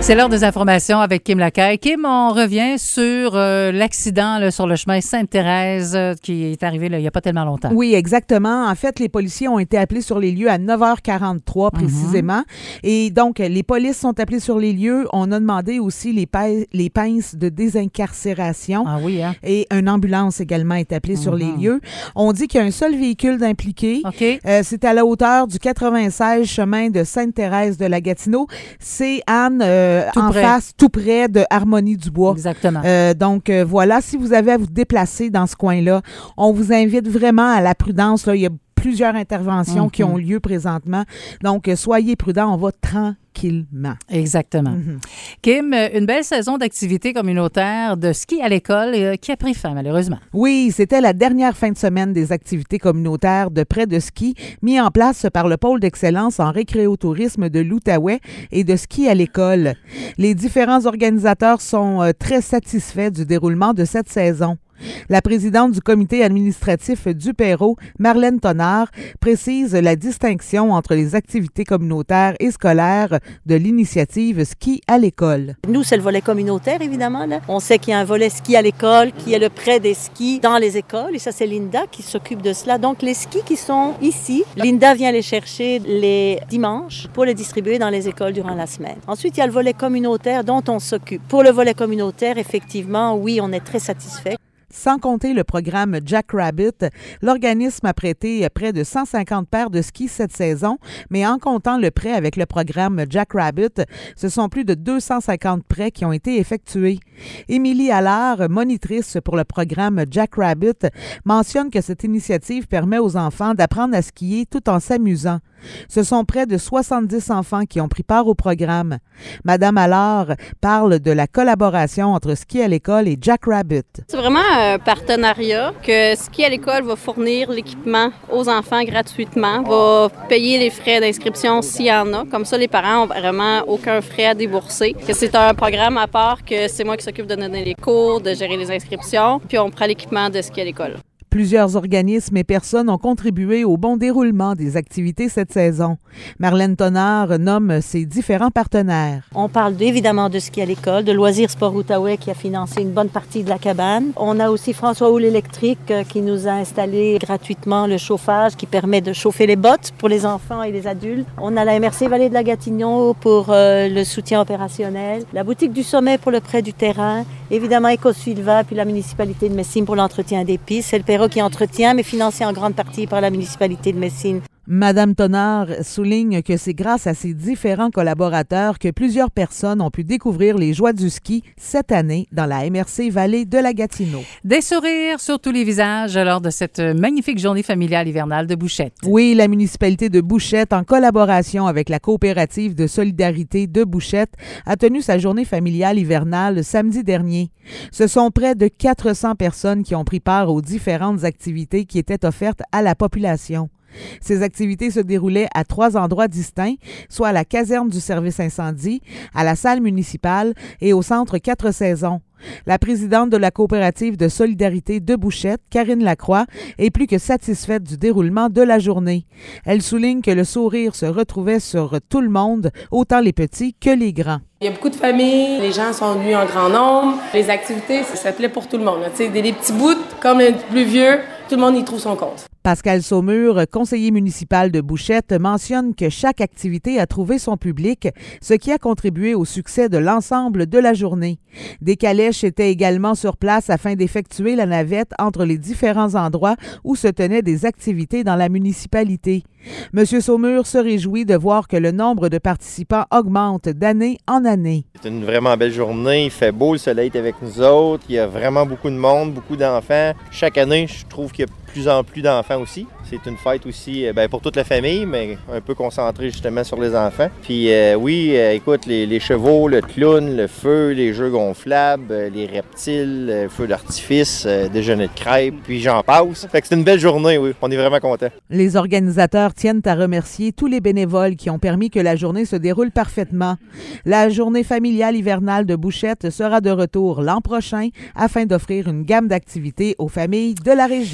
C'est l'heure des informations avec Kim Lacaille. Kim, on revient sur l'accident là, sur le chemin Sainte-Thérèse qui est arrivé là, il n'y a pas tellement longtemps. Oui, exactement. En fait, les policiers ont été appelés sur les lieux à 9h43 précisément. Et donc, les polices sont appelées sur les lieux. On a demandé aussi les pinces de désincarcération. Ah oui, hein? Et une ambulance également est appelée sur les lieux. On dit qu'il y a un seul véhicule d'impliqué. OK. C'est à la hauteur du 96 chemin de Sainte-Thérèse de la Gatineau. C'est Anne... face, tout près de Harmonie-du-Bois. Exactement. Donc, voilà, si vous avez à vous déplacer dans ce coin-là, on vous invite vraiment à la prudence. Là. Il y a plusieurs interventions qui ont lieu présentement. Donc, soyez prudents, on va tranquillement. Exactement. Kim, une belle saison d'activités communautaires de ski à l'école qui a pris fin, malheureusement. Oui, c'était la dernière fin de semaine des activités communautaires de près de ski mis en place par le pôle d'excellence en récréotourisme de l'Outaouais et de ski à l'école. Les différents organisateurs sont très satisfaits du déroulement de cette saison. La présidente du comité administratif du Perrot, Marlène Tonard, précise la distinction entre les activités communautaires et scolaires de l'initiative Ski à l'école. Nous, c'est le volet communautaire, évidemment. Là. On sait qu'il y a un volet ski à l'école, qui est le prêt des skis dans les écoles. Et ça, c'est Linda qui s'occupe de cela. Donc, les skis qui sont ici, Linda vient les chercher les dimanches pour les distribuer dans les écoles durant la semaine. Ensuite, il y a le volet communautaire dont on s'occupe. Pour le volet communautaire, effectivement, oui, on est très satisfait. Sans compter le programme Jack Rabbit, l'organisme a prêté près de 150 paires de skis cette saison, mais en comptant le prêt avec le programme Jack Rabbit, ce sont plus de 250 prêts qui ont été effectués. Émilie Allard, monitrice pour le programme Jack Rabbit, mentionne que cette initiative permet aux enfants d'apprendre à skier tout en s'amusant. Ce sont près de 70 enfants qui ont pris part au programme. Madame Allard parle de la collaboration entre Ski à l'école et Jack Rabbit. C'est vraiment un partenariat que Ski à l'école va fournir l'équipement aux enfants gratuitement, va payer les frais d'inscription s'il y en a. Comme ça, les parents n'ont vraiment aucun frais à débourser. Que c'est un programme à part que c'est moi qui s'occupe de donner les cours, de gérer les inscriptions, puis on prend l'équipement de Ski à l'école. Plusieurs organismes et personnes ont contribué au bon déroulement des activités cette saison. Marlène Tonard nomme ses différents partenaires. On parle évidemment de ski à l'école, de Loisirs Sport Outaouais qui a financé une bonne partie de la cabane. On a aussi François Houle Électrique qui nous a installé gratuitement le chauffage qui permet de chauffer les bottes pour les enfants et les adultes. On a la MRC Vallée de la Gatineau pour le soutien opérationnel, la boutique du Sommet pour le prêt du terrain, évidemment Éco-Sylva puis la municipalité de Messine pour l'entretien des pistes. C'est le Perrot qui entretient, mais financé en grande partie par la municipalité de Messine. Madame Tonard souligne que c'est grâce à ces différents collaborateurs que plusieurs personnes ont pu découvrir les joies du ski cette année dans la MRC Vallée de la Gatineau. Des sourires sur tous les visages lors de cette magnifique journée familiale hivernale de Bouchette. Oui, la municipalité de Bouchette, en collaboration avec la coopérative de solidarité de Bouchette, a tenu sa journée familiale hivernale samedi dernier. Ce sont près de 400 personnes qui ont pris part aux différentes activités qui étaient offertes à la population. Ces activités se déroulaient à 3 endroits distincts, soit à la caserne du service incendie, à la salle municipale et au centre 4 saisons. La présidente de la coopérative de solidarité de Bouchette, Karine Lacroix, est plus que satisfaite du déroulement de la journée. Elle souligne que le sourire se retrouvait sur tout le monde, autant les petits que les grands. Il y a beaucoup de familles, les gens sont venus en grand nombre. Les activités, ça plaît pour tout le monde. Tu sais, des petits bouts comme les plus vieux, tout le monde y trouve son compte. Pascal Saumur, conseiller municipal de Bouchette, mentionne que chaque activité a trouvé son public, ce qui a contribué au succès de l'ensemble de la journée. Des calèches étaient également sur place afin d'effectuer la navette entre les différents endroits où se tenaient des activités dans la municipalité. M. Saumur se réjouit de voir que le nombre de participants augmente d'année en année. C'est une vraiment belle journée, il fait beau, le soleil est avec nous autres, il y a vraiment beaucoup de monde, beaucoup d'enfants. Chaque année, je trouve qu'il y a de plus en plus d'enfants aussi. C'est une fête aussi pour toute la famille, mais un peu concentrée justement sur les enfants. Puis écoute, les chevaux, le clown, le feu, les jeux gonflables, les reptiles, feux d'artifice, déjeuner de crêpes, puis j'en passe. Fait que c'est une belle journée, oui. On est vraiment contents. Les organisateurs tiennent à remercier tous les bénévoles qui ont permis que la journée se déroule parfaitement. La journée familiale hivernale de Bouchette sera de retour l'an prochain afin d'offrir une gamme d'activités aux familles de la région. D'une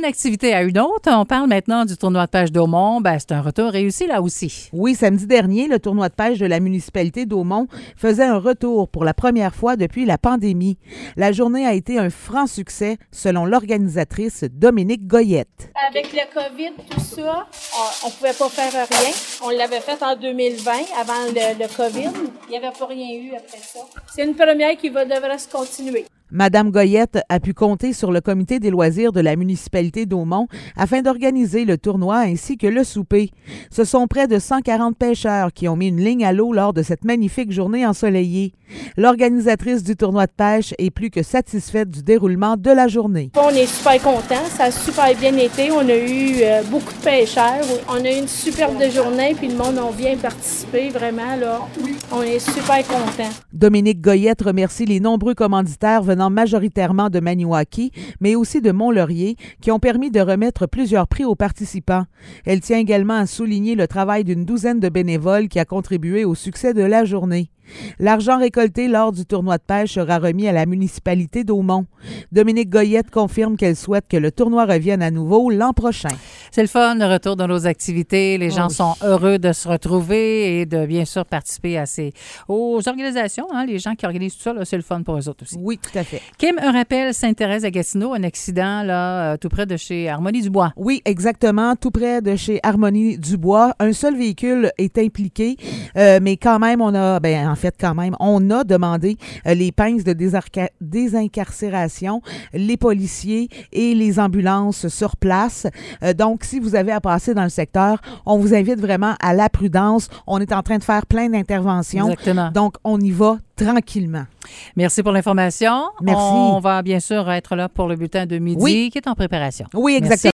d'une activité à une autre, on parle maintenant du tournoi de pêche d'Aumont. Ben, c'est un retour réussi là aussi. Oui, samedi dernier, le tournoi de pêche de la municipalité d'Aumont faisait un retour pour la première fois depuis la pandémie. La journée a été un franc succès, selon l'organisatrice Dominique Goyette. Avec le COVID, tout ça, on ne pouvait pas faire rien. On l'avait fait en 2020, avant le COVID. Il n'y avait pas rien eu après ça. C'est une première qui devrait se continuer. Madame Goyette a pu compter sur le comité des loisirs de la municipalité d'Aumont afin d'organiser le tournoi ainsi que le souper. Ce sont près de 140 pêcheurs qui ont mis une ligne à l'eau lors de cette magnifique journée ensoleillée. L'organisatrice du tournoi de pêche est plus que satisfaite du déroulement de la journée. On est super contents, ça a super bien été. On a eu beaucoup de pêcheurs. On a eu une superbe journée, puis le monde a bien participé, vraiment, là. On est super contents. Dominique Goyette remercie les nombreux commanditaires venant majoritairement de Maniwaki, mais aussi de Mont-Laurier, qui ont permis de remettre plusieurs prix aux participants. Elle tient également à souligner le travail d'une douzaine de bénévoles qui a contribué au succès de la journée. L'argent récolté lors du tournoi de pêche sera remis à la municipalité d'Aumont. Dominique Goyette confirme qu'elle souhaite que le tournoi revienne à nouveau l'an prochain. C'est le fun, le retour de nos activités. Les gens sont heureux de se retrouver et de bien sûr participer aux organisations. Hein, les gens qui organisent tout ça, là, c'est le fun pour eux autres aussi. Oui, tout à fait. Kim, un rappel, Sainte-Thérèse à Gatineau, un accident là, tout près de chez Harmonie-du-Bois. Oui, exactement, tout près de chez Harmonie-du-Bois. Un seul véhicule est impliqué, mais quand même, on a demandé les pinces de désincarcération, les policiers et les ambulances sur place. Donc, si vous avez à passer dans le secteur, on vous invite vraiment à la prudence. On est en train de faire plein d'interventions. Exactement. Donc, on y va tranquillement. Merci pour l'information. Merci. On va bien sûr être là pour le bulletin de midi qui est en préparation. Oui, exactement. Merci.